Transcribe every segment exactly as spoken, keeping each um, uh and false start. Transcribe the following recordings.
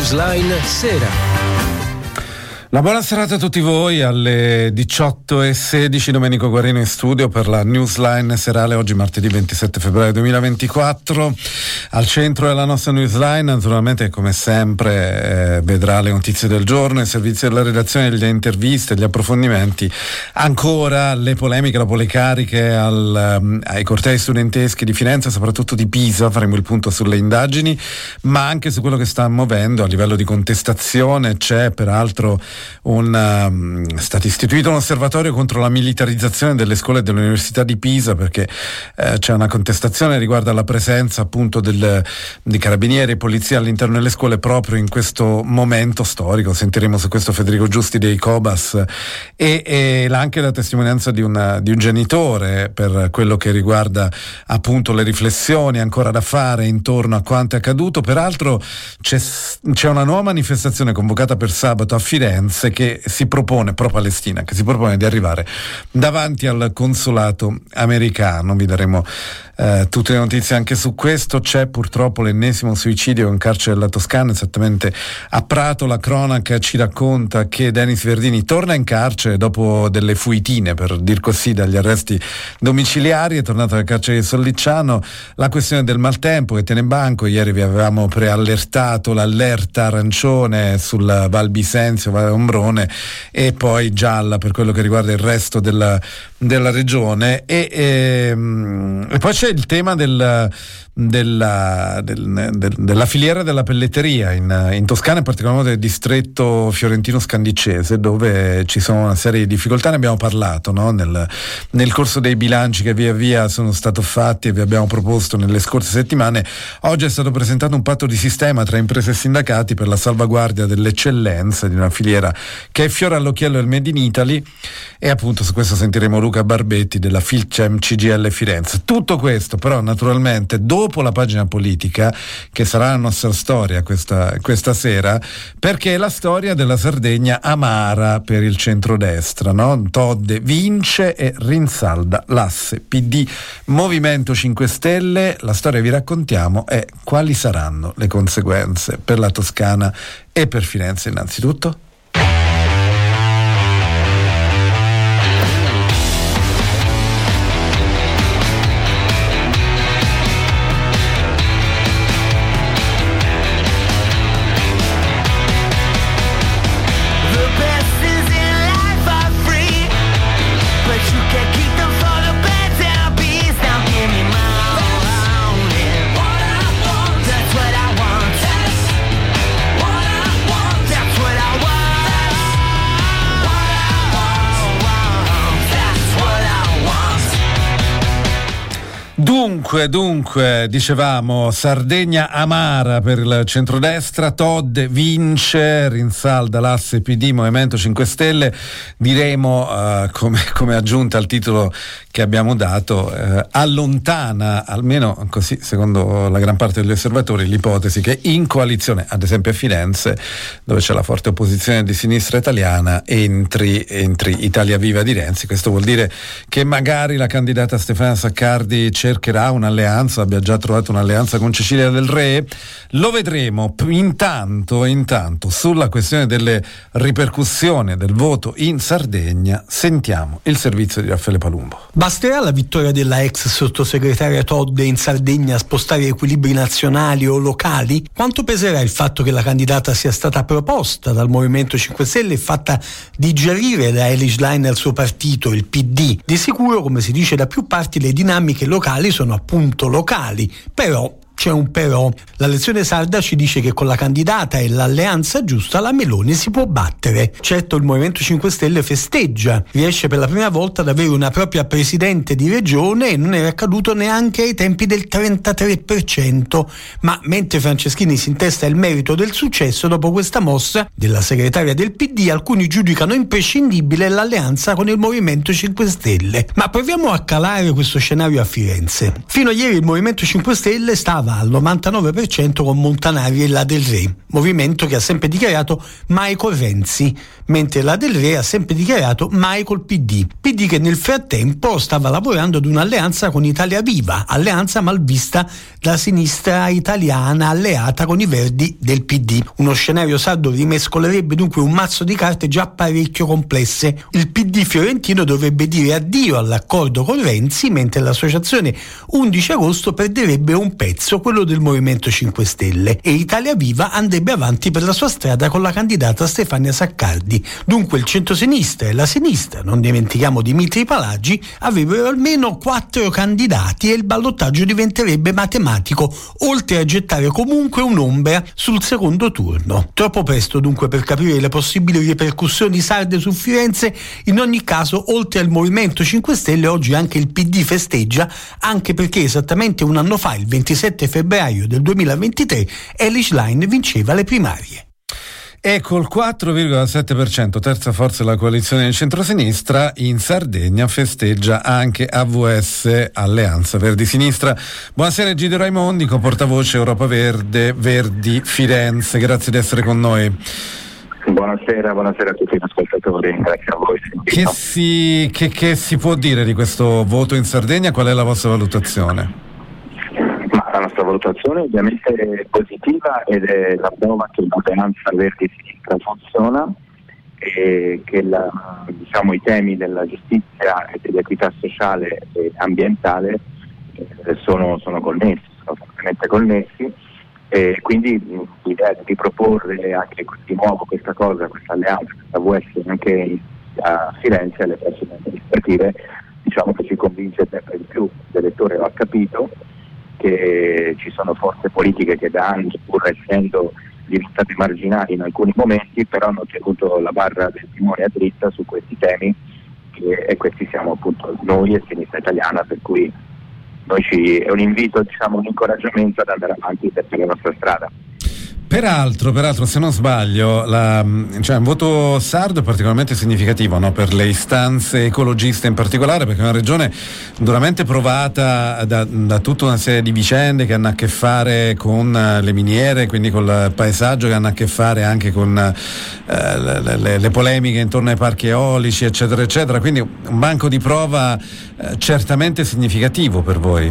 Newsline Sera. La buona serata a tutti voi, alle diciotto e sedici Domenico Guarino in studio per la Newsline serale, oggi martedì ventisette febbraio duemilaventiquattro. Al centro della nostra Newsline, naturalmente come sempre, eh, vedrà le notizie del giorno, il servizio della redazione, le interviste, gli approfondimenti, ancora le polemiche dopo le cariche al, um, ai cortei studenteschi di Firenze, soprattutto di Pisa. Faremo il punto sulle indagini, ma anche su quello che sta muovendo a livello di contestazione. C'è peraltro Un, um, è stato istituito un osservatorio contro la militarizzazione delle scuole e dell'Università di Pisa, perché eh, c'è una contestazione riguardo alla presenza appunto del, di carabinieri e polizia all'interno delle scuole proprio in questo momento storico. Sentiremo su questo Federico Giusti dei Cobas e, e anche la testimonianza di, una, di un genitore per quello che riguarda appunto le riflessioni ancora da fare intorno a quanto è accaduto. Peraltro c'è, c'è una nuova manifestazione convocata per sabato a Firenze che si propone, pro-Palestina, che si propone di arrivare davanti al consolato americano. Vi daremo eh, tutte le notizie anche su questo. C'è purtroppo l'ennesimo suicidio in carcere della Toscana, esattamente a Prato. La cronaca ci racconta che Denis Verdini torna in carcere dopo delle fuitine, per dir così, dagli arresti domiciliari. È tornato al carcere di Sollicciano. La questione del maltempo che tiene banco, ieri vi avevamo preallertato l'allerta arancione sul Val Bisenzio, Val Ombrone, e poi gialla per quello che riguarda il resto della, della regione. E, e, e poi c'è il tema del, della, del, del, della filiera della pelletteria in, in Toscana, in particolar modo nel distretto fiorentino scandicese, dove ci sono una serie di difficoltà. Ne abbiamo parlato, no? nel, nel corso dei bilanci che via via sono stati fatti e vi abbiamo proposto nelle scorse settimane. Oggi è stato presentato un patto di sistema tra imprese e sindacati per la salvaguardia dell'eccellenza di una filiera che è fiore all'occhiello del Made in Italy, e appunto su questo sentiremo Luca Barbetti della Filcem C G I L Firenze. Tutto questo però naturalmente dopo la pagina politica, che sarà la nostra storia questa, questa sera, perché è la storia della Sardegna amara per il centrodestra, no? Todde vince e rinsalda l'asse P D Movimento cinque Stelle. La storia vi raccontiamo è quali saranno le conseguenze per la Toscana e per Firenze innanzitutto. Dunque, dunque, dicevamo Sardegna amara per il centrodestra, Todde vince, rinsalda l'asse P D Movimento cinque Stelle. Diremo, uh, come, come aggiunta al titolo che abbiamo dato, uh, allontana, almeno così secondo la gran parte degli osservatori, l'ipotesi che in coalizione, ad esempio a Firenze, dove c'è la forte opposizione di sinistra italiana, entri, entri Italia Viva di Renzi. Questo vuol dire che magari la candidata Stefania Saccardi cercherà un'alleanza, abbia già trovato un'alleanza con Cecilia Del Re. Lo vedremo. Intanto, intanto sulla questione delle ripercussioni del voto in Sardegna sentiamo il servizio di Raffaele Palumbo. Basterà la vittoria della ex sottosegretaria Todde in Sardegna a spostare equilibri nazionali o locali? Quanto peserà il fatto che la candidata sia stata proposta dal Movimento cinque Stelle e fatta digerire da Elish Line al suo partito, il P D? Di sicuro, come si dice da più parti, le dinamiche locali sono appunto locali, però c'è un però. La lezione sarda ci dice che con la candidata e l'alleanza giusta la Meloni si può battere. Certo, il Movimento cinque Stelle festeggia, riesce per la prima volta ad avere una propria presidente di regione e non era accaduto neanche ai tempi del trentatré per cento. Ma mentre Franceschini si intesta il merito del successo, dopo questa mossa della segretaria del P D, alcuni giudicano imprescindibile l'alleanza con il Movimento cinque Stelle. Ma proviamo a calare questo scenario a Firenze. Fino a ieri il Movimento cinque Stelle stava stava al novantanove per cento con Montanari e La Del Re, movimento che ha sempre dichiarato mai con Renzi, mentre La Del Re ha sempre dichiarato mai col P D. P D che nel frattempo stava lavorando ad un'alleanza con Italia Viva, alleanza malvista da sinistra italiana alleata con i Verdi del P D. Uno scenario sardo rimescolerebbe dunque un mazzo di carte già parecchio complesse. Il P D fiorentino dovrebbe dire addio all'accordo con Renzi, mentre l'associazione undici agosto perderebbe un pezzo, quello del Movimento cinque Stelle, e Italia Viva andrebbe avanti per la sua strada con la candidata Stefania Saccardi. Dunque il centrosinistra e la sinistra, non dimentichiamo Dimitri Palagi, avrebbero almeno quattro candidati e il ballottaggio diventerebbe matematico, oltre a gettare comunque un'ombra sul secondo turno. Troppo presto dunque per capire le possibili ripercussioni sarde su Firenze. In ogni caso, oltre al Movimento cinque Stelle, oggi anche il P D festeggia, anche perché esattamente un anno fa, il ventisette febbraio del duemilaventitré, Elly Schlein vinceva le primarie. E col quattro virgola sette per cento, terza forza della coalizione di centrosinistra, in Sardegna festeggia anche A V S, Alleanza Verdi Sinistra. Buonasera Egidio Raimondi, portavoce Europa Verde, Verdi Firenze, grazie di essere con noi. Buonasera, buonasera a tutti gli ascoltatori, grazie a voi. Che si, che, che si può dire di questo voto in Sardegna? Qual è la vostra valutazione? Ma la nostra valutazione ovviamente è positiva ed è la prova che l'alleanza Verdi-Sinistra funziona e che la, diciamo, i temi della giustizia e dell'equità sociale e ambientale eh, sono, sono connessi, sono fortemente connessi, e quindi l'idea di proporre anche di nuovo questa cosa, questa alleanza, questa V S anche a Firenze alle prossime amministrative, diciamo che ci convince sempre di più. L'elettore lo ha capito che ci sono forze politiche che da anni, pur essendo diventate marginali in alcuni momenti, però hanno tenuto la barra del timone a dritta su questi temi, e, e questi siamo appunto noi e Sinistra Italiana, per cui noi ci, è un invito, diciamo un incoraggiamento ad andare avanti per la nostra strada. Peraltro, peraltro, se non sbaglio, la, cioè un voto sardo è particolarmente significativo, no? Per le istanze ecologiste in particolare, perché è una regione duramente provata da, da tutta una serie di vicende che hanno a che fare con le miniere, quindi col paesaggio, che hanno a che fare anche con eh, le, le, le polemiche intorno ai parchi eolici, eccetera, eccetera. Quindi un banco di prova eh, certamente significativo per voi.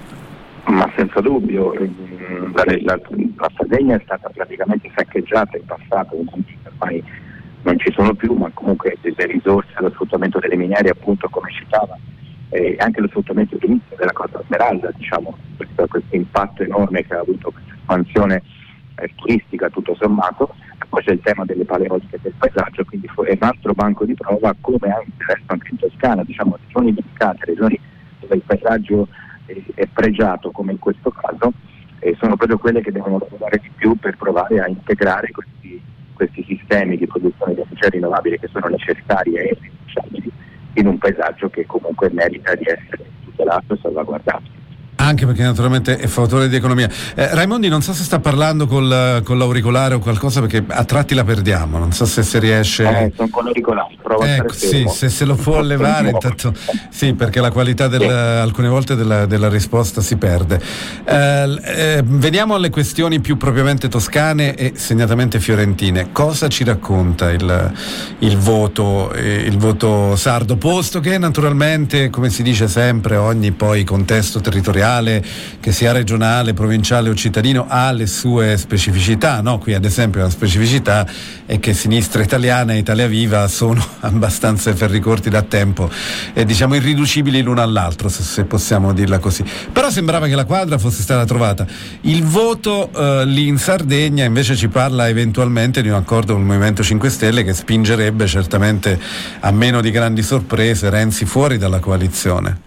Ma senza dubbio. La, la, la Sardegna è stata praticamente saccheggiata in passato, ormai non ci sono più, ma comunque le risorse, lo sfruttamento delle miniere, appunto come citava, e anche lo sfruttamento d'inizio della Costa Smeralda, diciamo, questo, questo impatto enorme che ha avuto questa espansione eh, turistica tutto sommato. Poi c'è il tema delle paleoliche del paesaggio, quindi è un altro banco di prova, come anche il resto anche in Toscana, diciamo regioni dedicate, regioni dove il paesaggio è, è pregiato come in questo caso, e sono proprio quelle che devono lavorare di più per provare a integrare questi, questi sistemi di produzione di energia rinnovabile che sono necessari e irrinunciabili in un paesaggio che comunque merita di essere tutelato e salvaguardato. Anche perché naturalmente è fautore di economia. Eh, Raimondi, non so se sta parlando col, con l'auricolare o qualcosa, perché a tratti la perdiamo, non so se si riesce. Eh, sono con l'auricolare, provo a ecco, stare sì, se se lo può levare intanto, sì, perché la qualità del, alcune volte della, della risposta si perde. Eh, eh, veniamo alle questioni più propriamente toscane e segnatamente fiorentine. Cosa ci racconta il, il voto, eh, il voto sardo, posto che naturalmente, come si dice sempre, ogni poi contesto territoriale, che sia regionale, provinciale o cittadino, ha le sue specificità, no? Qui ad esempio la specificità è che Sinistra Italiana e Italia Viva sono abbastanza ferricorti da tempo e diciamo irriducibili l'uno all'altro, se, se possiamo dirla così. Però sembrava che la quadra fosse stata trovata. Il voto eh, lì in Sardegna invece ci parla eventualmente di un accordo con il Movimento cinque Stelle che spingerebbe certamente, a meno di grandi sorprese, Renzi fuori dalla coalizione.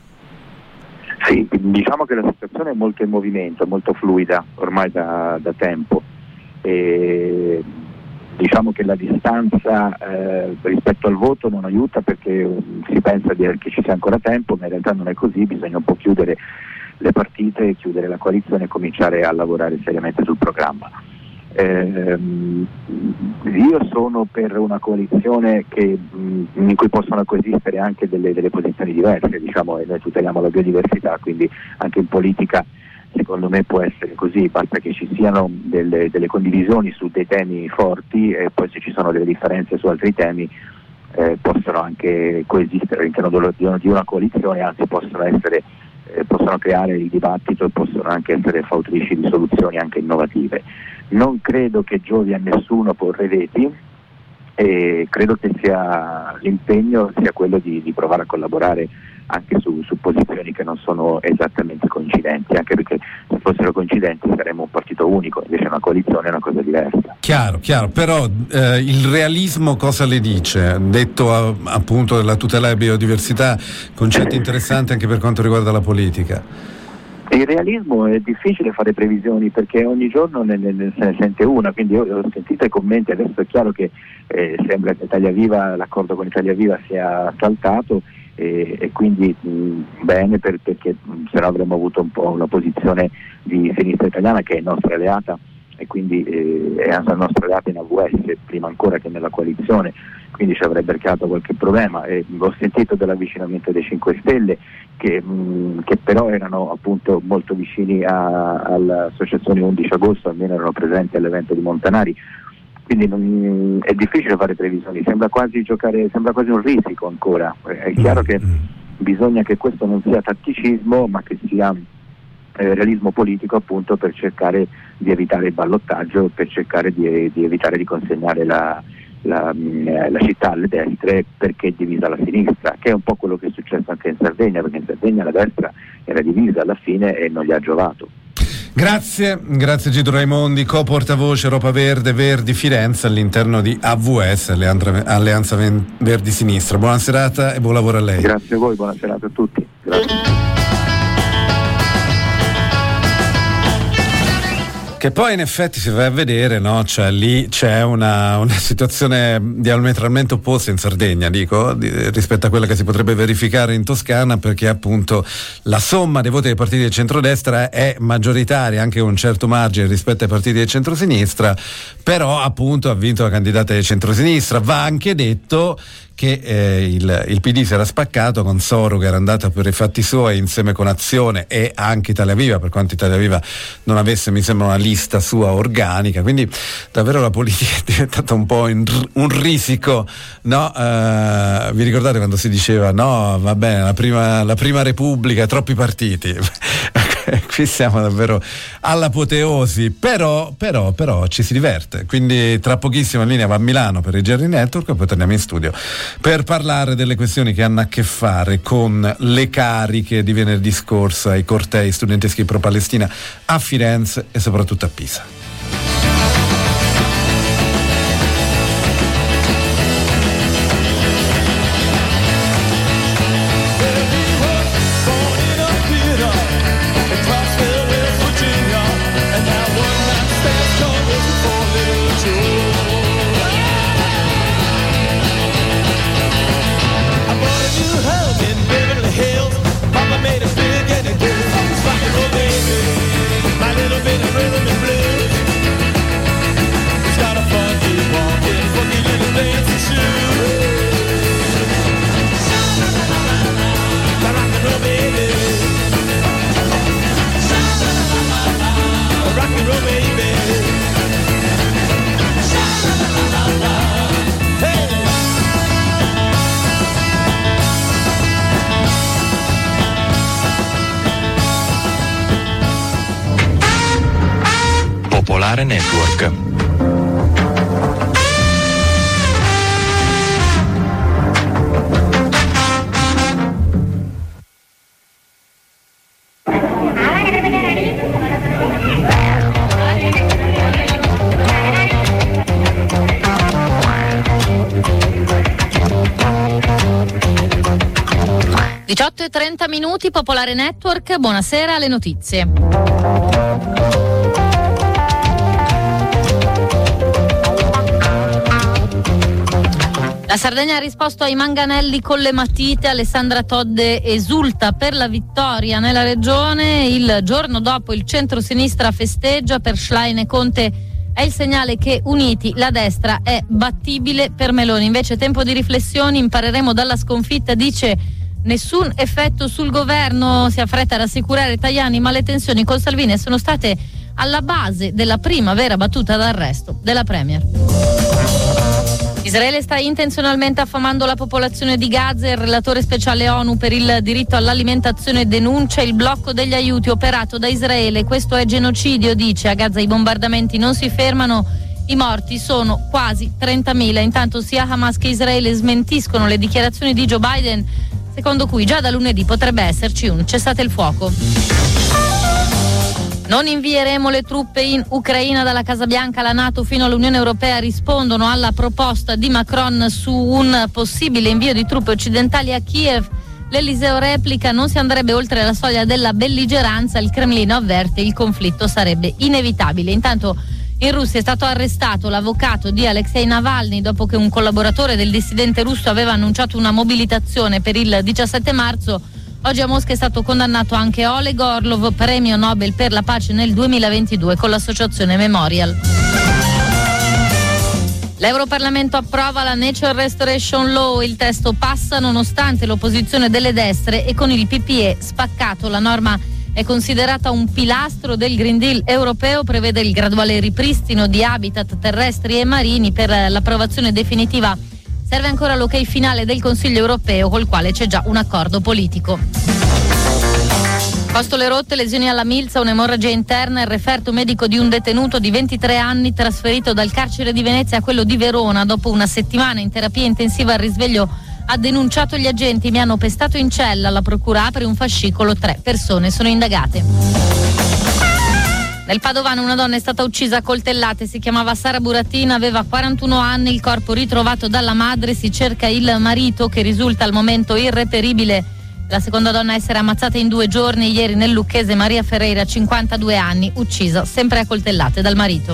Sì, diciamo che la situazione è molto in movimento, molto fluida ormai da, da tempo, e diciamo che la distanza eh, rispetto al voto non aiuta, perché si pensa di, che ci sia ancora tempo, ma in realtà non è così, bisogna un po' chiudere le partite, chiudere la coalizione e cominciare a lavorare seriamente sul programma. Eh, io sono per una coalizione che, mh, in cui possono coesistere anche delle, delle posizioni diverse, diciamo, e noi tuteliamo la biodiversità, quindi anche in politica secondo me può essere così, basta che ci siano delle, delle condivisioni su dei temi forti e poi se ci sono delle differenze su altri temi eh, possono anche coesistere all'interno di una coalizione, anzi possono essere eh, possono creare il dibattito e possono anche essere fautrici di soluzioni anche innovative. Non credo che giovi a nessuno porre veti e credo che sia l'impegno sia quello di, di provare a collaborare anche su, su posizioni che non sono esattamente coincidenti, anche perché se fossero coincidenti saremmo un partito unico, invece una coalizione è una cosa diversa. Chiaro, chiaro, però eh, il realismo cosa le dice? Detto a, appunto della tutela della biodiversità, concetti interessanti anche per quanto riguarda la politica. Il realismo è difficile fare previsioni perché ogni giorno ne, ne, ne se ne sente una, quindi io ho sentito i commenti, adesso è chiaro che eh, sembra che Italia Viva, l'accordo con Italia Viva sia saltato e, e quindi mh, bene per, perché mh, se no avremmo avuto un po' una posizione di sinistra italiana che è nostra alleata e quindi eh, è la nostra alleata in A V S prima ancora che nella coalizione, quindi ci avrebbe creato qualche problema. E ho sentito dell'avvicinamento dei cinque Stelle che, mh, che però erano appunto molto vicini a, all'associazione undici agosto, almeno erano presenti all'evento di Montanari, quindi non, è difficile fare previsioni, sembra quasi giocare, sembra quasi un risico ancora. È chiaro che bisogna che questo non sia tatticismo ma che sia eh, realismo politico, appunto, per cercare di evitare il ballottaggio, per cercare di, di evitare di consegnare la La, la città alle destre perché è divisa la sinistra, che è un po' quello che è successo anche in Sardegna, perché in Sardegna la destra era divisa alla fine e non gli ha giovato. Grazie, grazie Guido Raimondi, co-portavoce Europa Verde, Verdi Firenze all'interno di A V S, Alleanza Verdi Sinistra. Buona serata e buon lavoro a lei. Grazie a voi, buona serata a tutti. Grazie. Che poi in effetti si va a vedere, no? Cioè lì c'è una, una situazione diametralmente opposta in Sardegna, dico, di, rispetto a quella che si potrebbe verificare in Toscana, perché appunto la somma dei voti dei partiti del centrodestra è maggioritaria, anche con un certo margine rispetto ai partiti del centrosinistra, però appunto ha vinto la candidata del centrosinistra. Va anche detto che eh, il, il P D si era spaccato con Soro, che era andata per i fatti suoi insieme con Azione e anche Italia Viva, per quanto Italia Viva non avesse, mi sembra, una lista sua organica, quindi davvero la politica è diventata un po' in, un risico, no? Uh, vi ricordate quando si diceva no, va bene, la prima, la prima Repubblica, troppi partiti? Qui siamo davvero all'apoteosi, però, però, però ci si diverte, quindi tra pochissimo in linea va a Milano per i Jerry Network e poi torniamo in studio per parlare delle questioni che hanno a che fare con le cariche di venerdì scorso ai cortei studenteschi pro-Palestina a Firenze e soprattutto a Pisa. Popolare Network. diciotto e trenta minuti, Popolare Network, buonasera, alle notizie. La Sardegna ha risposto ai manganelli con le matite. Alessandra Todde esulta per la vittoria nella regione. Il giorno dopo il centro-sinistra festeggia. Per Schlein e Conte è il segnale che uniti la destra è battibile. Per Meloni invece tempo di riflessioni, impareremo dalla sconfitta, dice nessun effetto sul governo. Si affretta ad assicurare Tajani, ma le tensioni con Salvini sono state alla base della prima vera battuta d'arresto della Premier. Israele sta intenzionalmente affamando la popolazione di Gaza. Il relatore speciale ONU per il diritto all'alimentazione denuncia il blocco degli aiuti operato da Israele. Questo è genocidio, dice. A Gaza i bombardamenti non si fermano, i morti sono quasi trentamila. Intanto sia Hamas che Israele smentiscono le dichiarazioni di Joe Biden, secondo cui già da lunedì potrebbe esserci un cessate il fuoco. Non invieremo le truppe in Ucraina. Dalla Casa Bianca, la NATO fino all'Unione Europea rispondono alla proposta di Macron su un possibile invio di truppe occidentali a Kiev. L'Eliseo replica: non si andrebbe oltre la soglia della belligeranza. Il Cremlino avverte: il conflitto sarebbe inevitabile. Intanto in Russia è stato arrestato l'avvocato di Alexei Navalny dopo che un collaboratore del dissidente russo aveva annunciato una mobilitazione per il diciassette marzo. Oggi a Mosca è stato condannato anche Oleg Orlov, premio Nobel per la pace nel duemilaventidue con l'associazione Memorial. L'Europarlamento approva la Nature Restoration Law. Il testo passa nonostante l'opposizione delle destre e con il P P E spaccato. La norma è considerata un pilastro del Green Deal europeo, prevede il graduale ripristino di habitat terrestri e marini. Per l'approvazione definitiva serve ancora l'ok finale del Consiglio europeo, col quale c'è già un accordo politico. Costole rotte, lesioni alla milza, un'emorragia interna, il referto medico di un detenuto di ventitré anni trasferito dal carcere di Venezia a quello di Verona. Dopo una settimana in terapia intensiva al risveglio ha denunciato gli agenti: mi hanno pestato in cella. La procura apre un fascicolo, tre persone sono indagate. Nel Padovano una donna è stata uccisa a coltellate, si chiamava Sara Buratina, aveva quarantuno anni, il corpo ritrovato dalla madre, si cerca il marito che risulta al momento irreperibile. La seconda donna a essere ammazzata in due giorni, ieri nel lucchese Maria Ferreira, cinquantadue anni, uccisa sempre a coltellate dal marito.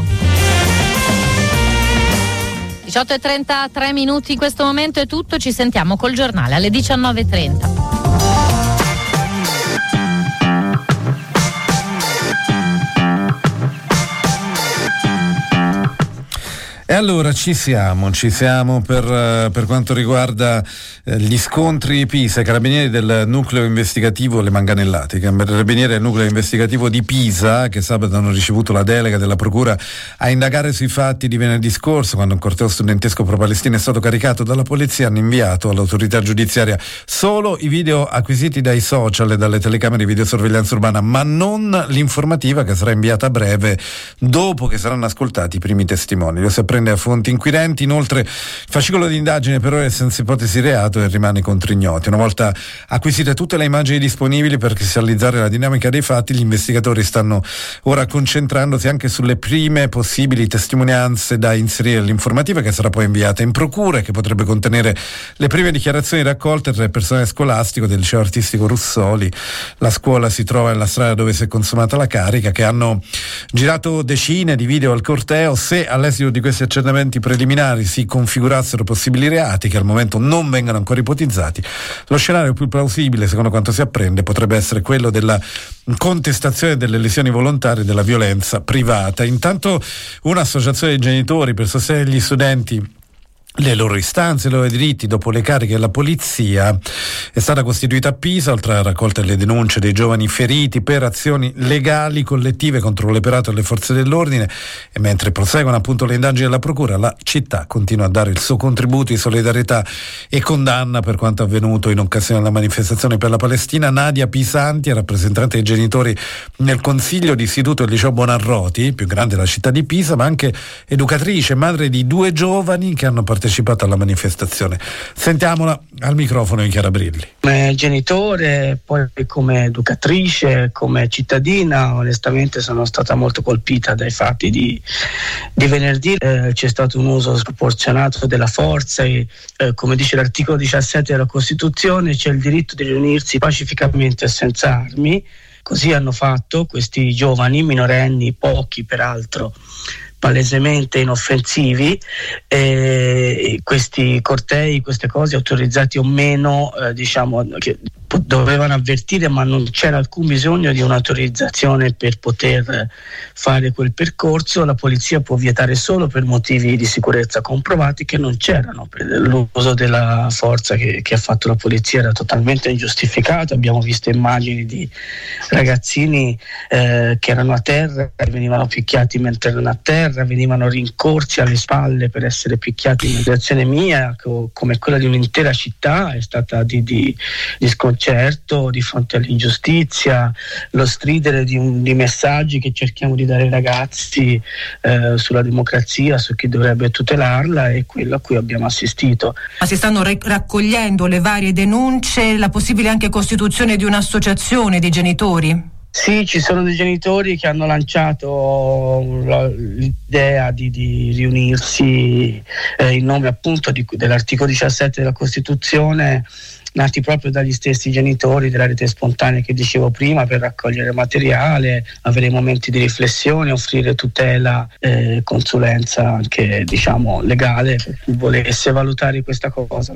diciotto e trentatré minuti, in questo momento è tutto, ci sentiamo col giornale alle diciannove e trenta. E allora ci siamo, ci siamo per, per quanto riguarda eh, gli scontri Pisa, i carabinieri del nucleo investigativo, le manganellate, i carabinieri del nucleo investigativo di Pisa, che sabato hanno ricevuto la delega della procura a indagare sui fatti di venerdì scorso, quando un corteo studentesco pro-palestino è stato caricato dalla polizia, hanno inviato all'autorità giudiziaria solo i video acquisiti dai social e dalle telecamere di videosorveglianza urbana, ma non l'informativa che sarà inviata a breve dopo che saranno ascoltati i primi testimoni. Lo si apprende a fonti inquirenti. Inoltre il fascicolo di indagine per ora è senza ipotesi reato e rimane contro ignoti. Una volta acquisite tutte le immagini disponibili per cristallizare la dinamica dei fatti, gli investigatori stanno ora concentrandosi anche sulle prime possibili testimonianze da inserire nell'informativa, che sarà poi inviata in procura e che potrebbe contenere le prime dichiarazioni raccolte tra il personale scolastico del liceo artistico Russoli. La scuola si trova nella strada dove si è consumata la carica, che hanno girato decine di video al corteo. Se all'esito di questi accertamenti preliminari si configurassero possibili reati che al momento non vengono ancora ipotizzati, lo scenario più plausibile, secondo quanto si apprende, potrebbe essere quello della contestazione delle lesioni volontarie e della violenza privata. Intanto un'associazione di genitori per sostenere gli studenti, le loro istanze, i loro diritti dopo le cariche della polizia è stata costituita a Pisa, oltre alla raccolta delle denunce dei giovani feriti per azioni legali collettive contro l'operato delle forze dell'ordine. E mentre proseguono appunto le indagini della procura, la città continua a dare il suo contributo di solidarietà e condanna per quanto avvenuto in occasione della manifestazione per la Palestina. Nadia Pisanti, rappresentante dei genitori nel consiglio di istituto del liceo Buonarroti, più grande della città di Pisa, ma anche educatrice e madre di due giovani che hanno partecipato partecipato alla manifestazione. Sentiamola al microfono di Chiara Brilli. Come genitore, poi come educatrice, come cittadina, onestamente sono stata molto colpita dai fatti di, di venerdì. Eh, c'è stato un uso sproporzionato della forza e eh, come dice l'articolo diciassette della Costituzione c'è il diritto di riunirsi pacificamente e senza armi. Così hanno fatto questi giovani minorenni, pochi peraltro, palesemente inoffensivi, eh, questi cortei, queste cose autorizzati o meno, eh, diciamo che dovevano avvertire, ma non c'era alcun bisogno di un'autorizzazione per poter fare quel percorso. La polizia può vietare solo per motivi di sicurezza comprovati, che non c'erano. L'uso della forza che, che ha fatto la polizia era totalmente ingiustificato. Abbiamo visto immagini di ragazzini eh, che erano a terra, venivano picchiati mentre erano a terra, venivano rincorsi alle spalle per essere picchiati. In direzione mia, co- come quella di un'intera città, è stata di, di, di sconcerto di fronte all'ingiustizia, lo stridere di, un, di messaggi che cerchiamo di dare ai ragazzi eh, sulla democrazia, su chi dovrebbe tutelarla, e quello a cui abbiamo assistito. Ma si stanno re- raccogliendo le varie denunce, la possibile anche costituzione di un'associazione di genitori? Sì, ci sono dei genitori che hanno lanciato l'idea di, di riunirsi eh, in nome appunto di, dell'articolo diciassette della Costituzione, nati proprio dagli stessi genitori della rete spontanea che dicevo prima, per raccogliere materiale, avere momenti di riflessione, offrire tutela e eh, consulenza anche, diciamo, legale per chi volesse valutare questa cosa.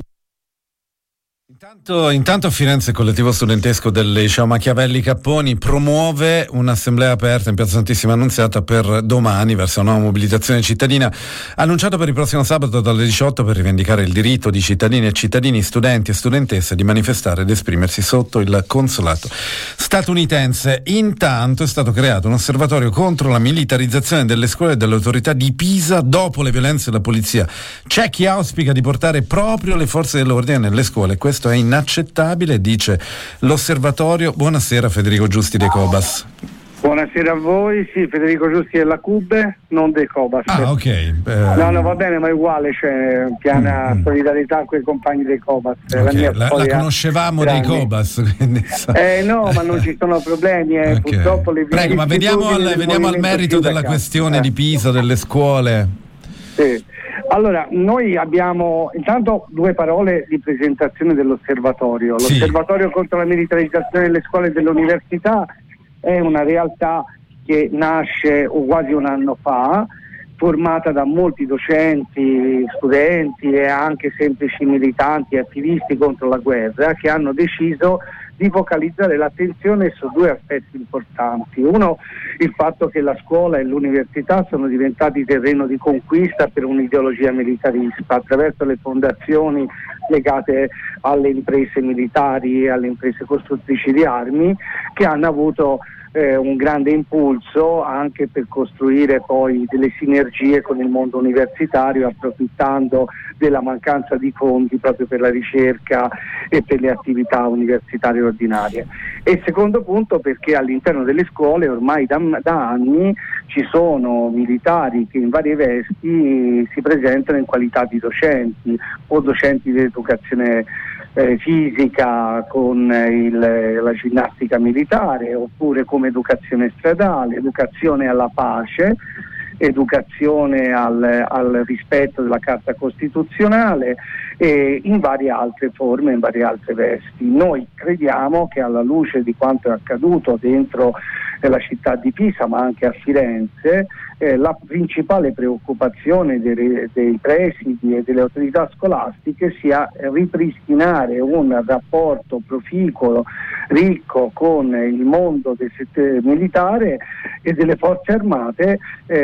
Intanto, intanto a Firenze il collettivo studentesco del liceo Machiavelli Capponi promuove un'assemblea aperta in piazza Santissima Annunziata per domani verso una nuova mobilitazione cittadina, annunciato per il prossimo sabato dalle diciotto, per rivendicare il diritto di cittadini e cittadini, studenti e studentesse di manifestare ed esprimersi sotto il consolato statunitense. Intanto è stato creato un osservatorio contro la militarizzazione delle scuole e delle autorità di Pisa dopo le violenze della polizia. C'è chi auspica di portare proprio le forze dell'ordine nelle scuole. Questo è inaccettabile, dice l'osservatorio. Buonasera Federico Giusti dei Cobas. Buonasera a voi, sì, Federico Giusti della Cube, non dei Cobas. Ah, ok. Eh... No, no, va bene, ma è uguale, c'è piena mm. solidarietà con i compagni dei Cobas. Okay. La, mia la, la conoscevamo dei Cobas. Quindi... Eh no, ma non ci sono problemi, eh. Okay. Purtroppo le Prego, ma veniamo al, veniamo al merito della questione eh. di Pisa, delle scuole. Sì. Allora, noi abbiamo intanto due parole di presentazione dell'osservatorio. L'osservatorio sì. contro la militarizzazione delle scuole e delle università è una realtà che nasce quasi un anno fa, formata da molti docenti, studenti e anche semplici militanti e attivisti contro la guerra, che hanno deciso di focalizzare l'attenzione su due aspetti importanti. Uno, il fatto che la scuola e l'università sono diventati terreno di conquista per un'ideologia militarista, attraverso le fondazioni legate alle imprese militari e alle imprese costruttrici di armi, che hanno avuto Eh, un grande impulso anche per costruire poi delle sinergie con il mondo universitario, approfittando della mancanza di fondi proprio per la ricerca e per le attività universitarie ordinarie. E il secondo punto, perché all'interno delle scuole ormai da, da anni ci sono militari che in varie vesti si presentano in qualità di docenti o docenti di educazione Eh, fisica con il, la ginnastica militare, oppure come educazione stradale, educazione alla pace, educazione al, al rispetto della Carta Costituzionale e in varie altre forme, in varie altre vesti. Noi crediamo che, alla luce di quanto è accaduto dentro eh, la città di Pisa, ma anche a Firenze, eh, la principale preoccupazione dei, dei presidi e delle autorità scolastiche sia ripristinare un rapporto proficuo, ricco con il mondo del settore militare e delle forze armate,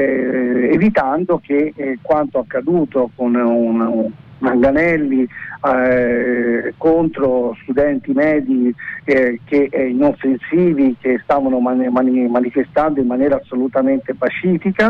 eh, evitando che eh, quanto accaduto con un, un Manganelli eh, contro studenti medi eh, che eh, inoffensivi, che stavano mani- mani- manifestando in maniera assolutamente pacifica,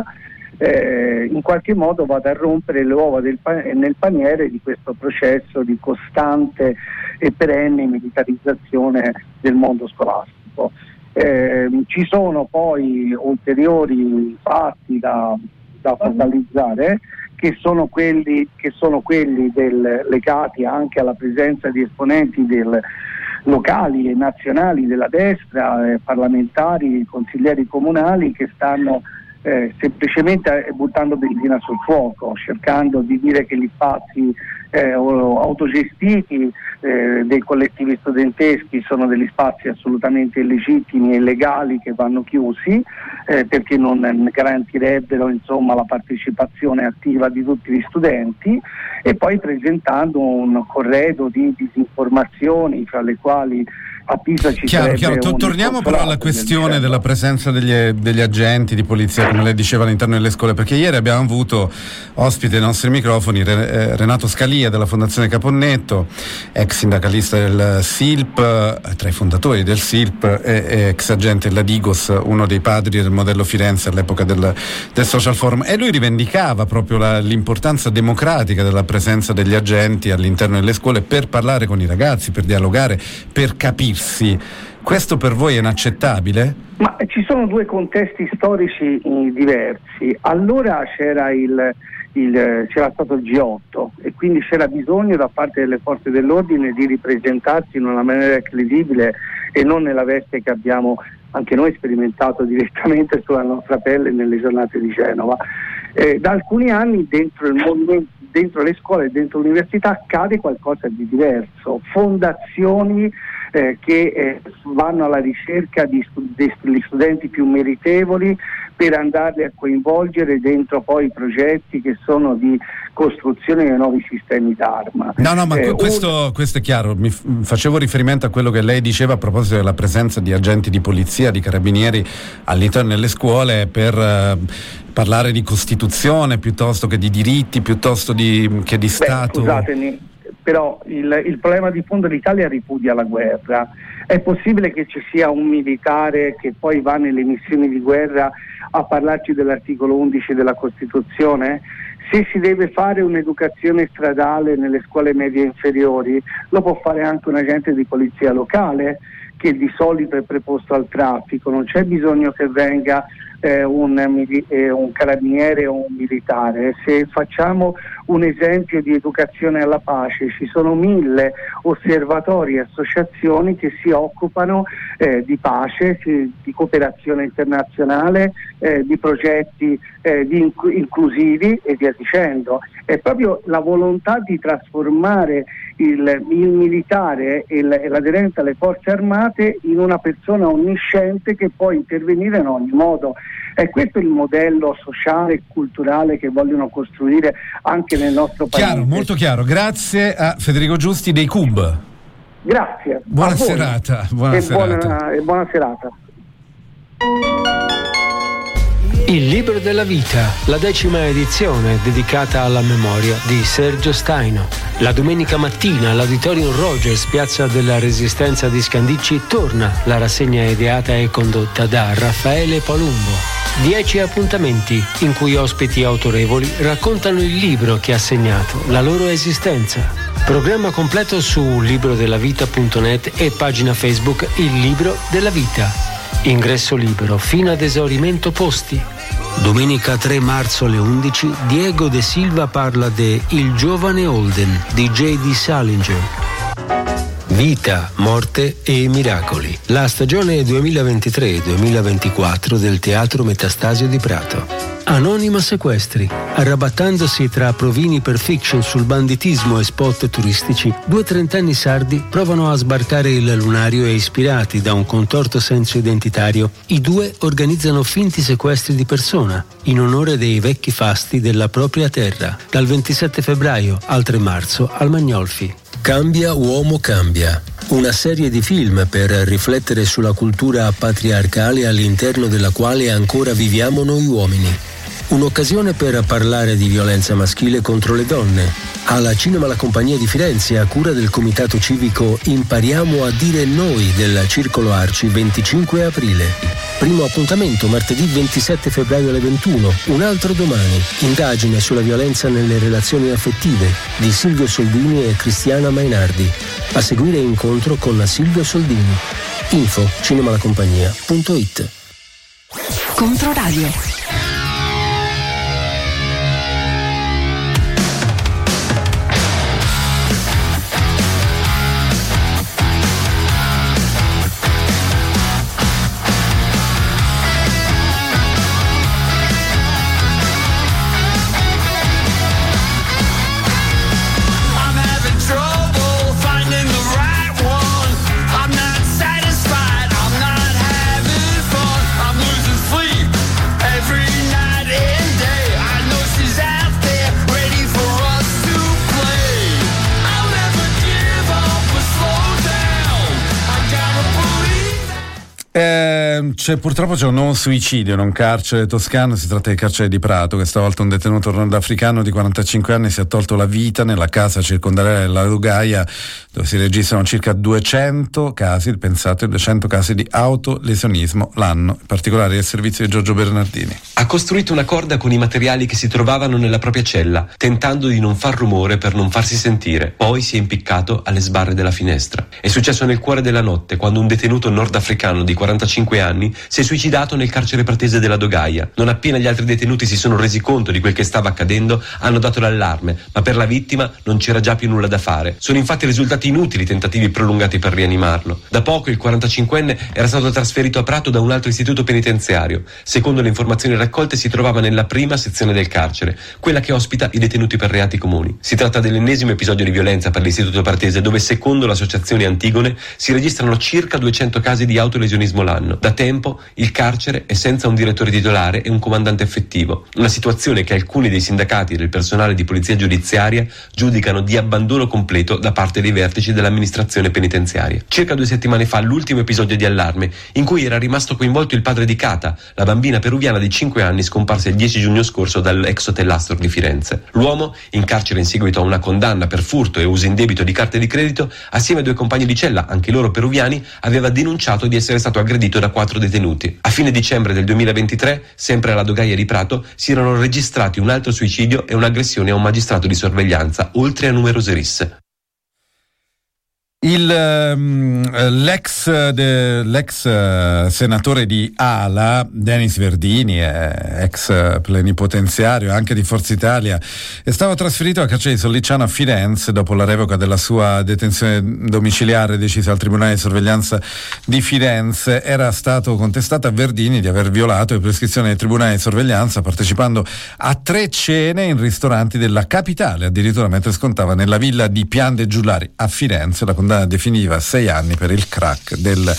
eh, in qualche modo vada a rompere le uova del pa- nel paniere di questo processo di costante e perenne militarizzazione del mondo scolastico. Eh, ci sono poi ulteriori fatti da, da focalizzare, che sono quelli, che sono quelli del, legati anche alla presenza di esponenti del, locali e nazionali della destra, eh, parlamentari, consiglieri comunali, che stanno eh, semplicemente buttando benzina sul fuoco, cercando di dire che gli spazi eh, autogestiti eh, dei collettivi studenteschi sono degli spazi assolutamente illegittimi e illegali, che vanno chiusi eh, perché non garantirebbero, insomma, la partecipazione attiva di tutti gli studenti, e poi presentando un corredo di disinformazioni, fra le quali a Pisa ci chiaro, sarebbe chiaro. Torniamo però alla questione della presenza degli, degli agenti di polizia, come lei diceva, all'interno delle scuole, perché ieri abbiamo avuto ospite ai nostri microfoni Renato Scalia della Fondazione Caponnetto, ex sindacalista del S I L P, tra i fondatori del S I L P, e ex agente della Digos, uno dei padri del modello Firenze all'epoca del, del Social Forum, e lui rivendicava proprio la, l'importanza democratica della presenza degli agenti all'interno delle scuole per parlare con i ragazzi, per dialogare, per capirsi. Questo per voi è inaccettabile? Ma ci sono due contesti storici diversi. Allora c'era il, il c'era stato il G otto e quindi c'era bisogno da parte delle forze dell'ordine di ripresentarsi in una maniera credibile e non nella veste che abbiamo anche noi sperimentato direttamente sulla nostra pelle nelle giornate di Genova. Eh, da alcuni anni dentro il movimento, dentro le scuole e dentro l'università accade qualcosa di diverso. Fondazioni eh, che eh, vanno alla ricerca di stud- degli studenti più meritevoli per andarli a coinvolgere dentro poi i progetti che sono di costruzione dei nuovi sistemi d'arma. No, no, ma eh, questo, un... questo è chiaro. Mi f- facevo riferimento a quello che lei diceva a proposito della presenza di agenti di polizia, di carabinieri all'interno delle scuole per eh, parlare di Costituzione piuttosto che di diritti, piuttosto di, che di Beh, Stato. Scusatemi, però il, il problema di fondo, l'Italia ripudia la guerra. È possibile che ci sia un militare che poi va nelle missioni di guerra a parlarci dell'articolo undici della Costituzione? Se si deve fare un'educazione stradale nelle scuole medie inferiori, lo può fare anche un agente di polizia locale che di solito è preposto al traffico. Non c'è bisogno che venga eh, un, eh, un carabiniere o un militare. Se facciamo un esempio di educazione alla pace, ci sono mille osservatori e associazioni che si occupano eh, di pace, di cooperazione internazionale, eh, di progetti eh, di inc- inclusivi e via dicendo. È proprio la volontà di trasformare il, il militare e, l- e l'aderente alle forze armate in una persona onnisciente che può intervenire in ogni modo. È questo il modello sociale e culturale che vogliono costruire anche nel nostro paese. Chiaro, molto chiaro. Grazie a Federico Giusti dei C U B. Grazie. Buona serata. Buona e, serata. Buona, e buona serata. Il libro della vita, la decima edizione dedicata alla memoria di Sergio Staino. La domenica mattina all'Auditorium Rogers, piazza della Resistenza di Scandicci, torna la rassegna ideata e condotta da Raffaele Palumbo. Dieci appuntamenti in cui ospiti autorevoli raccontano il libro che ha segnato la loro esistenza. Programma completo su librodellavita punto net e pagina Facebook Il Libro della Vita. Ingresso libero fino ad esaurimento posti. Domenica tre marzo alle undici Diego De Silva parla de Il giovane Holden di J D Salinger. Vita, morte e miracoli. La stagione duemilaventitré duemilaventiquattro del Teatro Metastasio di Prato. Anonima Sequestri. Arrabattandosi tra provini per fiction sul banditismo e spot turistici, due trentenni sardi provano a sbarcare il lunario e, ispirati da un contorto senso identitario, i due organizzano finti sequestri di persona in onore dei vecchi fasti della propria terra, dal ventisette febbraio al tre marzo al Magnolfi. Cambia uomo cambia. Una serie di film per riflettere sulla cultura patriarcale all'interno della quale ancora viviamo noi uomini. Un'occasione per parlare di violenza maschile contro le donne. Alla Cinema La Compagnia di Firenze, a cura del comitato civico Impariamo a dire noi del Circolo Arci, venticinque aprile. Primo appuntamento martedì ventisette febbraio alle ventuno, un altro domani. Indagine sulla violenza nelle relazioni affettive di Silvio Soldini e Cristiana Mainardi. A seguire incontro con Silvio Soldini. Info cinemalacompagnia punto it. Controradio. Every eh, c'è, purtroppo c'è un nuovo suicidio in un carcere toscano, si tratta del carcere di Prato. Questa volta un detenuto nordafricano di quarantacinque anni si è tolto la vita nella casa circondariale della Lugaia, dove si registrano circa duecento casi, pensate, duecento casi di autolesionismo l'anno, in particolare del servizio di Giorgio Bernardini. Ha costruito una corda con i materiali che si trovavano nella propria cella, tentando di non far rumore per non farsi sentire. Poi si è impiccato alle sbarre della finestra. È successo nel cuore della notte, quando un detenuto nordafricano di quarantacinque anni si è suicidato nel carcere pratese della Dogaia. Non appena gli altri detenuti si sono resi conto di quel che stava accadendo, hanno dato l'allarme, ma per la vittima non c'era già più nulla da fare. Sono infatti risultati inutili tentativi prolungati per rianimarlo. Da poco il quarantacinquenne era stato trasferito a Prato da un altro istituto penitenziario. Secondo le informazioni raccolte si trovava nella prima sezione del carcere, quella che ospita i detenuti per reati comuni. Si tratta dell'ennesimo episodio di violenza per l'istituto pratese, dove secondo l'associazione Antigone si registrano circa duecento casi di autolesionismo l'anno. Da tempo il carcere è senza un direttore titolare e un comandante effettivo, una situazione che alcuni dei sindacati e del personale di polizia giudiziaria giudicano di abbandono completo da parte dei vertici dell'amministrazione penitenziaria. Circa due settimane fa l'ultimo episodio di allarme, in cui era rimasto coinvolto il padre di Cata, la bambina peruviana di cinque anni scomparsa il dieci giugno scorso dall'ex hotel Astor di Firenze. L'uomo, in carcere in seguito a una condanna per furto e uso indebito di carte di credito, assieme ai due compagni di cella, anche loro peruviani, aveva denunciato di essere stato aggredito da quattro detenuti. A fine dicembre del duemilaventitré, sempre alla Dogaia di Prato, si erano registrati un altro suicidio e un'aggressione a un magistrato di sorveglianza, oltre a numerose risse. Il, l'ex, de, l'ex senatore di ALA, Denis Verdini, ex plenipotenziario anche di Forza Italia, è stato trasferito al carcere di Sollicciano a Firenze dopo la revoca della sua detenzione domiciliare decisa al Tribunale di Sorveglianza di Firenze. Era stato contestato a Verdini di aver violato le prescrizioni del Tribunale di Sorveglianza partecipando a tre cene in ristoranti della capitale, addirittura mentre scontava nella villa di Pian de Giullari a Firenze la condanna definiva sei anni per il crack del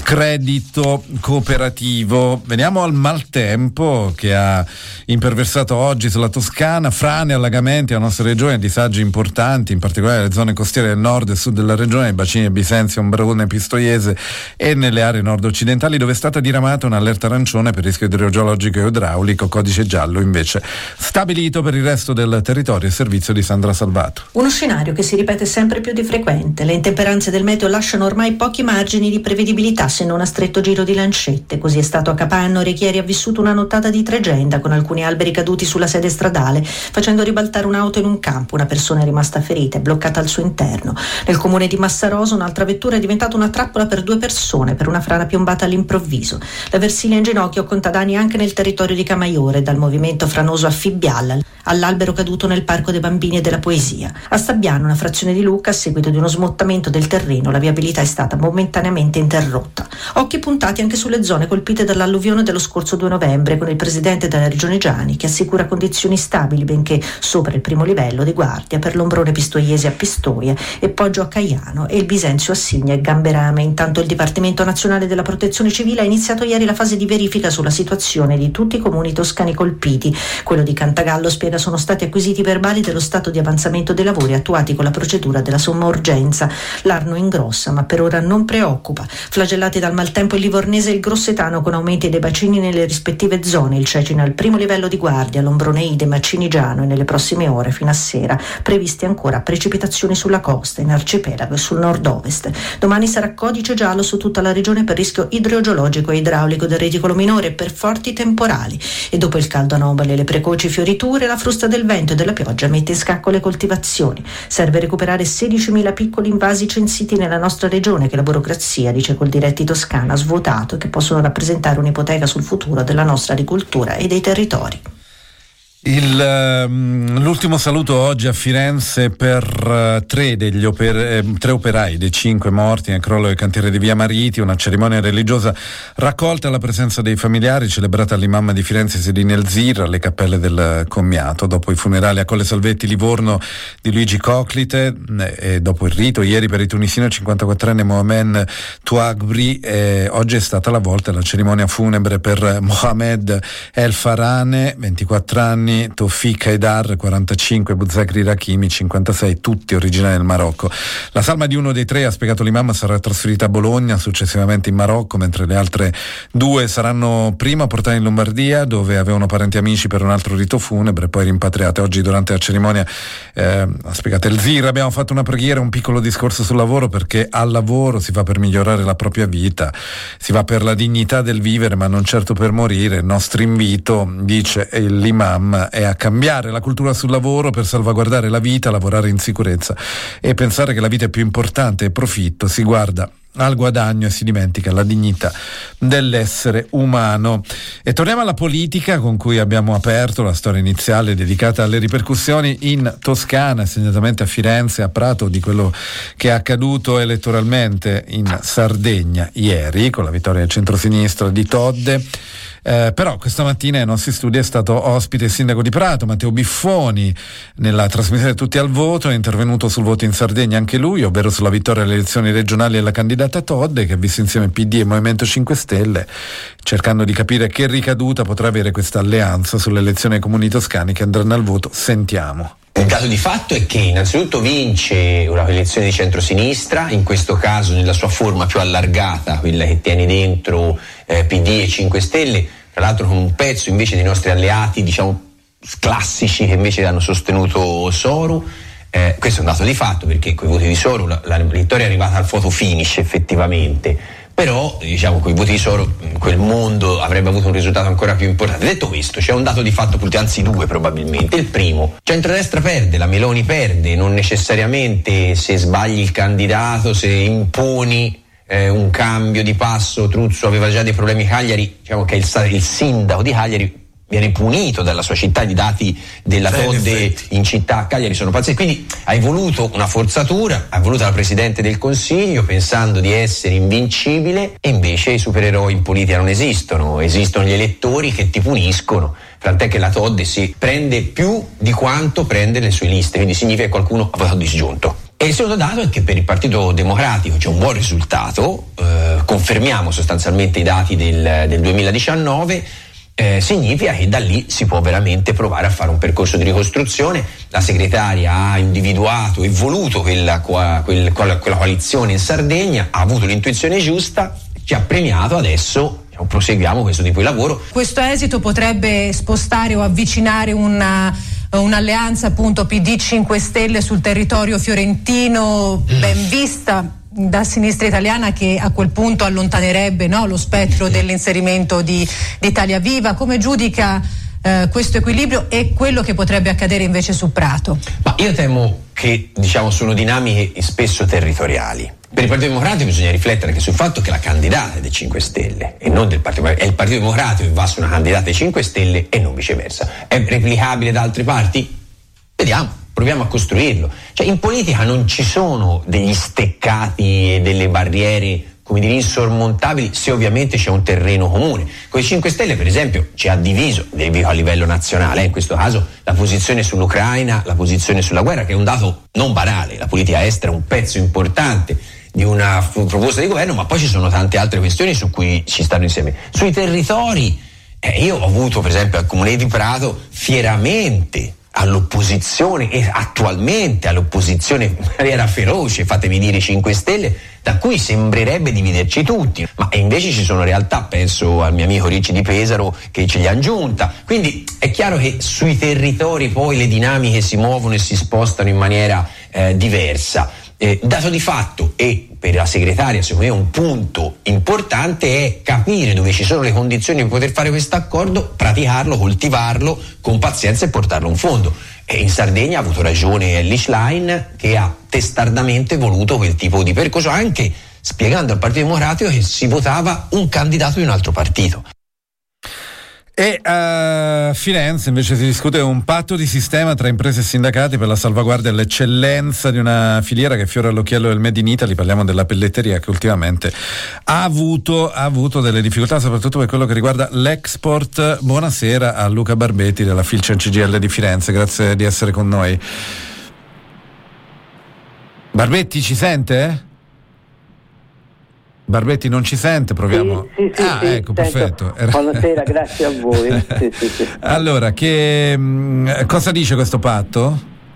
credito cooperativo. Veniamo al maltempo che ha imperversato oggi sulla Toscana, frane, allagamenti alla nostra regione, disagi importanti, in particolare nelle zone costiere del nord e sud della regione, nei bacini di Bisenzio, Ombrone, Pistoiese e nelle aree nord-occidentali, dove è stata diramata un'allerta arancione per rischio idrogeologico e idraulico, codice giallo invece stabilito per il resto del territorio. Il servizio di Sandra Salvato. Uno scenario che si ripete sempre più di frequente. Le intemperanze del meteo lasciano ormai pochi margini di prevedibilità, se non a stretto giro di lancette. Così è stato a Capanno. Richieri ha vissuto una nottata di tregenda, con alcuni alberi caduti sulla sede stradale, facendo ribaltare un'auto in un campo. Una persona è rimasta ferita e bloccata al suo interno. Nel comune di Massarosa un'altra vettura è diventata una trappola per due persone per una frana piombata all'improvviso. La Versilia in ginocchio conta danni anche nel territorio di Camaiore, dal movimento franoso a Fibbialla all'albero caduto nel Parco dei Bambini e della Poesia. A Stabbiano, una frazione di Lucca, a seguito di uno smottamento del terreno, la viabilità è stata momentaneamente interrotta. Occhi puntati anche sulle zone colpite dall'alluvione dello scorso due novembre, con il presidente della regione Giani che assicura condizioni stabili, benché sopra il primo livello di guardia, per l'Ombrone Pistoiese a Pistoia e Poggio a Caiano e il Bisenzio a Signa e Gamberame. Intanto il Dipartimento Nazionale della Protezione Civile ha iniziato ieri la fase di verifica sulla situazione di tutti i comuni toscani colpiti. Quello di Cantagallo spiega sono stati acquisiti verbali dello stato di avanzamento dei lavori attuati con la procedura della somma urgenza. L'Arno ingrossa, ma per ora non preoccupa. Flagellati dal maltempo il Livornese e il Grossetano, con aumenti dei bacini nelle rispettive zone. Il Cecina al primo livello di guardia, l'Ombroneide, Macinigiano, e nelle prossime ore fino a sera previsti ancora precipitazioni sulla costa, in arcipelago e sul nord-ovest. Domani sarà codice giallo su tutta la regione per rischio idrogeologico e idraulico del reticolo minore e per forti temporali. E dopo il caldo anomalo e le precoci fioriture, la frusta del vento e della pioggia mette in scacco le coltivazioni. Serve recuperare sedicimila piccoli invasi censiti nella nostra regione, che la burocrazia, dice Coldiretti Toscana, ha svuotato e che possono rappresentare un'ipoteca sul futuro della nostra agricoltura e dei territori. Il, um, l'ultimo saluto oggi a Firenze per uh, tre degli oper- eh, tre operai dei cinque morti nel crollo del cantiere di Via Mariti, una cerimonia religiosa raccolta alla presenza dei familiari, celebrata all'imam di Firenze Sedin El Zir alle cappelle del commiato. Dopo i funerali a Colle Salvetti Livorno di Luigi Coclite eh, e dopo il rito ieri per il tunisino cinquantaquattrenne Mohamed Touagbri, eh, oggi è stata la volta la cerimonia funebre per Mohamed El Farane, ventiquattro anni, anni, Tofik Haidar quarantacinque, Bouzakri Rakimi cinquantasei, tutti originari del Marocco. La salma di uno dei tre, ha spiegato l'imam, sarà trasferita a Bologna, successivamente in Marocco, mentre le altre due saranno prima portate in Lombardia, dove avevano parenti e amici per un altro rito funebre, poi rimpatriate. Oggi durante la cerimonia, eh, ha spiegato il Zir, abbiamo fatto una preghiera, un piccolo discorso sul lavoro, perché al lavoro si va per migliorare la propria vita, si va per la dignità del vivere, ma non certo per morire. Il nostro invito, dice l'imam, è a cambiare la cultura sul lavoro per salvaguardare la vita, lavorare in sicurezza e pensare che la vita è più importante e profitto. Si guarda al guadagno e si dimentica la dignità dell'essere umano. E torniamo alla politica, con cui abbiamo aperto la storia iniziale dedicata alle ripercussioni in Toscana, segnatamente a Firenze, a Prato, di quello che è accaduto elettoralmente in Sardegna ieri con la vittoria del centrosinistra di Todde. Eh, però questa mattina ai nostri studi è stato ospite il sindaco di Prato, Matteo Biffoni. Nella trasmissione Tutti al Voto è intervenuto sul voto in Sardegna anche lui, ovvero sulla vittoria alle elezioni regionali della candidata Todde, che ha visto insieme P D e Movimento cinque Stelle, cercando di capire che ricaduta potrà avere questa alleanza sulle elezioni ai comuni toscani che andranno al voto. Sentiamo. Il dato di fatto è che innanzitutto vince una coalizione di centrosinistra, in questo caso nella sua forma più allargata, quella che tiene dentro eh, P D e cinque Stelle, tra l'altro con un pezzo invece dei nostri alleati, diciamo, classici, che invece hanno sostenuto Soru. Eh, questo è un dato di fatto, perché con i voti di Soru la, la vittoria è arrivata al photo finish effettivamente, però diciamo con i voti di Soru quel mondo avrebbe avuto un risultato ancora più importante. Detto questo, c'è un dato di fatto, anzi due probabilmente. Il primo: centrodestra perde, la Meloni perde, non necessariamente se sbagli il candidato, se imponi eh, un cambio di passo. Truzzo aveva già dei problemi a Cagliari, diciamo che il, il sindaco di Cagliari viene punito dalla sua città. I dati della Todde in città a Cagliari sono pazzeschi, quindi hai voluto una forzatura, hai voluto la Presidente del Consiglio pensando di essere invincibile, e invece i supereroi in politica non esistono, esistono gli elettori che ti puniscono, tant'è che la Todde si prende più di quanto prende le sue liste, quindi significa che qualcuno ha votato disgiunto. E il secondo dato è che per il Partito Democratico c'è un buon risultato, eh, confermiamo sostanzialmente i dati del, del duemiladiciannove. Eh, significa che da lì si può veramente provare a fare un percorso di ricostruzione. La segretaria ha individuato e voluto quella, quella, quella, quella coalizione in Sardegna, ha avuto l'intuizione giusta, ci ha premiato, adesso diciamo, proseguiamo questo tipo di lavoro. Questo esito potrebbe spostare o avvicinare una, un'alleanza appunto P D cinque Stelle sul territorio fiorentino, ben vista da sinistra italiana, che a quel punto allontanerebbe, no, lo spettro dell'inserimento di, di Italia Viva. Come giudica eh, questo equilibrio e quello che potrebbe accadere invece su Prato? Ma io temo che diciamo sono dinamiche spesso territoriali. Per il Partito Democratico bisogna riflettere anche sul fatto che la candidata è dei cinque Stelle e non del Partito Democratico, è il Partito Democratico che va su una candidata dei cinque Stelle e non viceversa. È replicabile da altre parti? Vediamo. Proviamo a costruirlo. Cioè, in politica non ci sono degli steccati e delle barriere, come dire, insormontabili, se ovviamente c'è un terreno comune. Con i cinque Stelle, per esempio, ci ha diviso, a livello nazionale, eh, in questo caso, la posizione sull'Ucraina, la posizione sulla guerra, che è un dato non banale. La politica estera è un pezzo importante di una f- proposta di governo, ma poi ci sono tante altre questioni su cui ci stanno insieme. Sui territori, eh, io ho avuto, per esempio, al Comune di Prato, fieramente all'opposizione, e attualmente all'opposizione in maniera feroce, fatemi dire, cinque Stelle, da cui sembrerebbe dividerci tutti, ma invece ci sono realtà, penso al mio amico Ricci di Pesaro, che ce li ha giunta. Quindi è chiaro che sui territori poi le dinamiche si muovono e si spostano in maniera eh, diversa. Eh, dato di fatto, e per la segretaria secondo me un punto importante, è capire dove ci sono le condizioni per poter fare questo accordo, praticarlo, coltivarlo con pazienza e portarlo in fondo. E in Sardegna ha avuto ragione Elly Schlein, che ha testardamente voluto quel tipo di percorso, anche spiegando al Partito Democratico che si votava un candidato di un altro partito. E a Firenze invece si discute un patto di sistema tra imprese e sindacati per la salvaguardia dell'eccellenza di una filiera che fiora all'occhiello del Made in Italy. Parliamo della pelletteria, che ultimamente ha avuto, ha avuto delle difficoltà, soprattutto per quello che riguarda l'export. Buonasera a Luca Barbetti della Filcen C G I L di Firenze, grazie di essere con noi. Barbetti, ci sente? Barbetti non ci sente, proviamo. Sì, sì, ah, sì, ecco, sento. perfetto. Buonasera, grazie a voi. sì, sì, sì. Allora, che mh, cosa dice questo patto?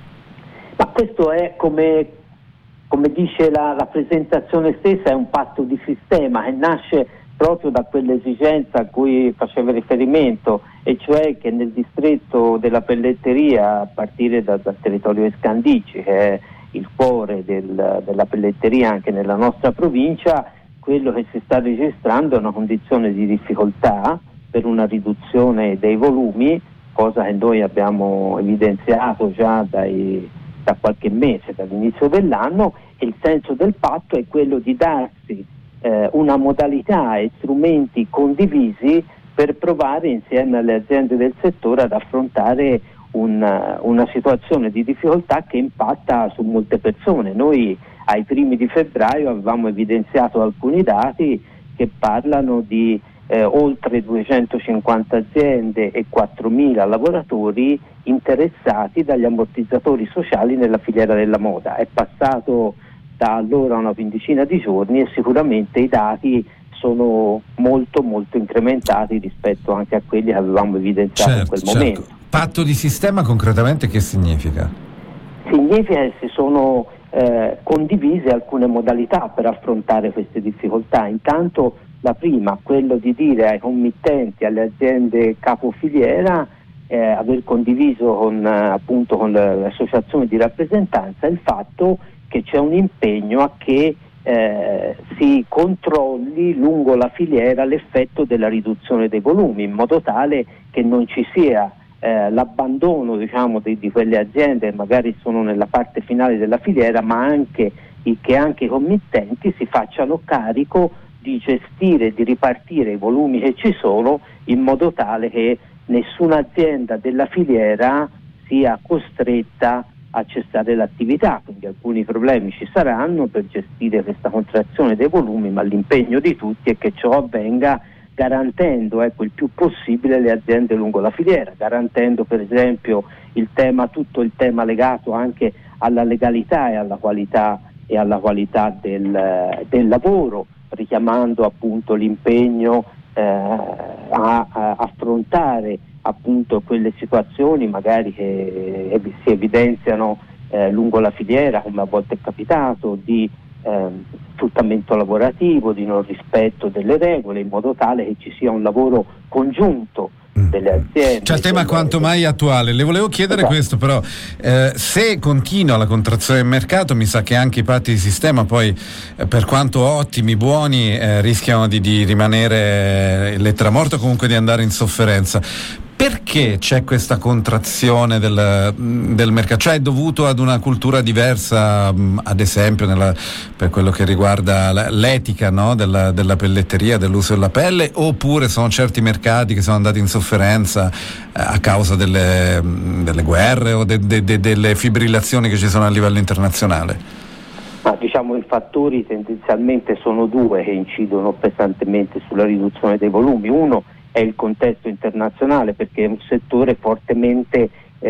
Ma questo è come, come dice la, la presentazione stessa, è un patto di sistema che nasce proprio da quell'esigenza a cui faceva riferimento, e cioè che nel distretto della pelletteria, a partire da, dal territorio Escandici, che è il cuore del, della pelletteria anche nella nostra provincia, quello che si sta registrando è una condizione di difficoltà per una riduzione dei volumi, cosa che noi abbiamo evidenziato già dai, da qualche mese, dall'inizio dell'anno, e il senso del patto è quello di darsi eh, una modalità e strumenti condivisi per provare insieme alle aziende del settore ad affrontare una, una situazione di difficoltà che impatta su molte persone. Noi ai primi di febbraio avevamo evidenziato alcuni dati che parlano di eh, oltre duecentocinquanta aziende e quattromila lavoratori interessati dagli ammortizzatori sociali nella filiera della moda. È passato da allora una quindicina di giorni e sicuramente i dati sono molto molto incrementati rispetto anche a quelli che avevamo evidenziato certo, in quel certo. momento. Patto di sistema concretamente che significa? Significa che si sono eh, condivise alcune modalità per affrontare queste difficoltà. Intanto la prima, quello di dire ai committenti, alle aziende capofiliera, eh, aver condiviso con, eh, appunto con le associazioni di rappresentanza il fatto che c'è un impegno a che eh, si controlli lungo la filiera l'effetto della riduzione dei volumi, in modo tale che non ci sia eh, l'abbandono diciamo di, di quelle aziende che magari sono nella parte finale della filiera, ma anche i, che anche i committenti si facciano carico di gestire, di ripartire i volumi che ci sono, in modo tale che nessuna azienda della filiera sia costretta a cessare l'attività. Quindi alcuni problemi ci saranno per gestire questa contrazione dei volumi, ma l'impegno di tutti è che ciò avvenga garantendo ecco, il più possibile le aziende lungo la filiera, garantendo per esempio il tema, tutto il tema legato anche alla legalità e alla qualità e alla qualità del, del lavoro, richiamando appunto l'impegno eh, a, a affrontare appunto quelle situazioni magari che eh, si evidenziano eh, lungo la filiera, come a volte è capitato, di eh, sfruttamento lavorativo, di non rispetto delle regole, in modo tale che ci sia un lavoro congiunto delle aziende. Cioè il tema quanto mai attuale. Le volevo chiedere esatto. questo però, eh, se continua la contrazione del mercato, mi sa che anche i patti di sistema poi eh, per quanto ottimi, buoni, eh, rischiano di, di rimanere lettera morta o comunque di andare in sofferenza. Perché c'è questa contrazione del, del mercato? Cioè è dovuto ad una cultura diversa, ad esempio nella, per quello che riguarda l'etica no? della, della pelletteria, dell'uso della pelle, oppure sono certi mercati che sono andati in sofferenza eh, a causa delle, delle guerre o de, de, de, delle fibrillazioni che ci sono a livello internazionale? Ma diciamo i fattori tendenzialmente sono due che incidono pesantemente sulla riduzione dei volumi. Uno è il contesto internazionale, perché è un settore fortemente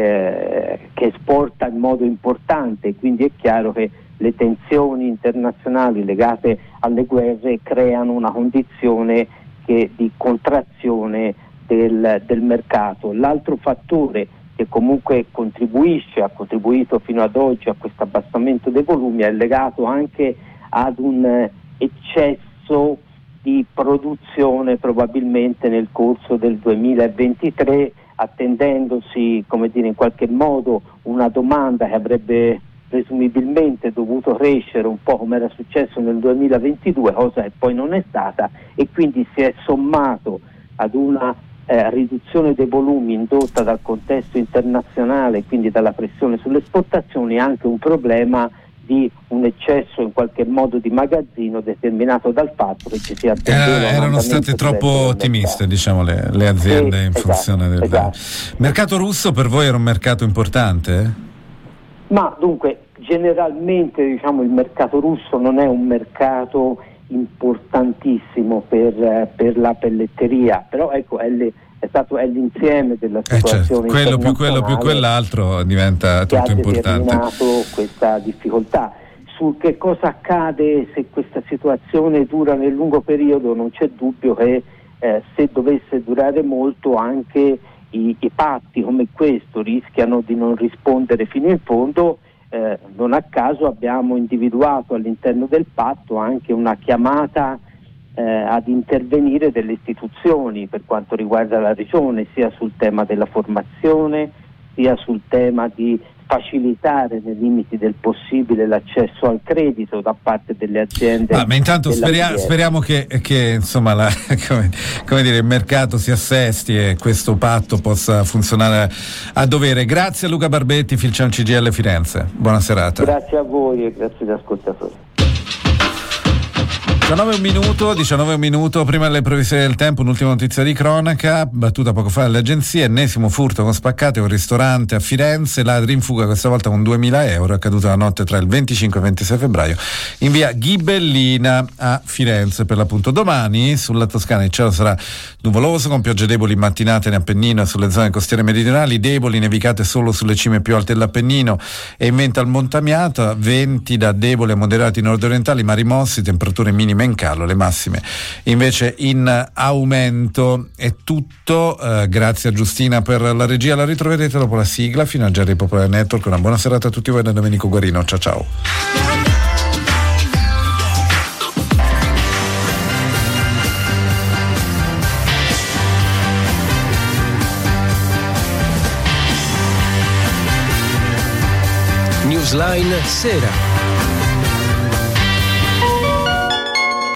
eh, che esporta in modo importante, quindi è chiaro che le tensioni internazionali legate alle guerre creano una condizione che, di contrazione del, del mercato. L'altro fattore che comunque contribuisce, ha contribuito fino ad oggi a questo abbassamento dei volumi, è legato anche ad un eccesso di produzione probabilmente nel corso del duemilaventitré, attendendosi, come dire, in qualche modo una domanda che avrebbe presumibilmente dovuto crescere un po' come era successo nel duemilaventidue, cosa che poi non è stata, e quindi si è sommato ad una eh, riduzione dei volumi indotta dal contesto internazionale, quindi dalla pressione sulle esportazioni, anche un problema di un eccesso in qualche modo di magazzino determinato dal fatto che ci si attendeva. Eh, erano state troppo ottimiste, diciamo, le, le aziende sì, in esatto, funzione del esatto. mercato russo. Per voi era un mercato importante? Ma dunque, generalmente diciamo il mercato russo non è un mercato importantissimo per, per la pelletteria, però ecco è le è stato è l'insieme della situazione eh certo, quello più quello più quell'altro diventa tutto importante. Ha determinato questa difficoltà. su che cosa accade se questa situazione dura nel lungo periodo, non c'è dubbio che eh, se dovesse durare molto anche i, i patti come questo rischiano di non rispondere fino in fondo. Eh, non a caso abbiamo individuato all'interno del patto anche una chiamata eh, ad intervenire delle istituzioni per quanto riguarda la regione, sia sul tema della formazione, sia sul tema di facilitare nei limiti del possibile l'accesso al credito da parte delle aziende. Ah, ma intanto speria- speriamo che, che insomma la, come, come dire, il mercato si assesti e questo patto possa funzionare a dovere. Grazie a Luca Barbetti, Filciam C G I L Firenze. Buona serata. Grazie a voi e grazie agli ascoltatori. diciannove un minuto, diciannove un minuto, prima delle previsioni del tempo, un'ultima notizia di cronaca, battuta poco fa dalle agenzie, ennesimo furto con spaccate a un ristorante a Firenze, ladri in fuga questa volta con duemila euro, accaduto la notte tra il venticinque e il ventisei febbraio in via Ghibellina a Firenze. Per l'appunto domani sulla Toscana il cielo sarà nuvoloso con piogge deboli in mattinata in Appennino e sulle zone costiere meridionali, deboli nevicate solo sulle cime più alte dell'Appennino e in venta al Montamiata, venti da deboli a moderati nord-orientali ma rimossi, temperature minime in calo, le massime invece in aumento. È tutto, eh, grazie a Giustina per la regia, la ritroverete dopo la sigla. Fino a Jerry Popolare Network, una buona serata a tutti voi da Domenico Guarino, ciao ciao. Newsline Sera.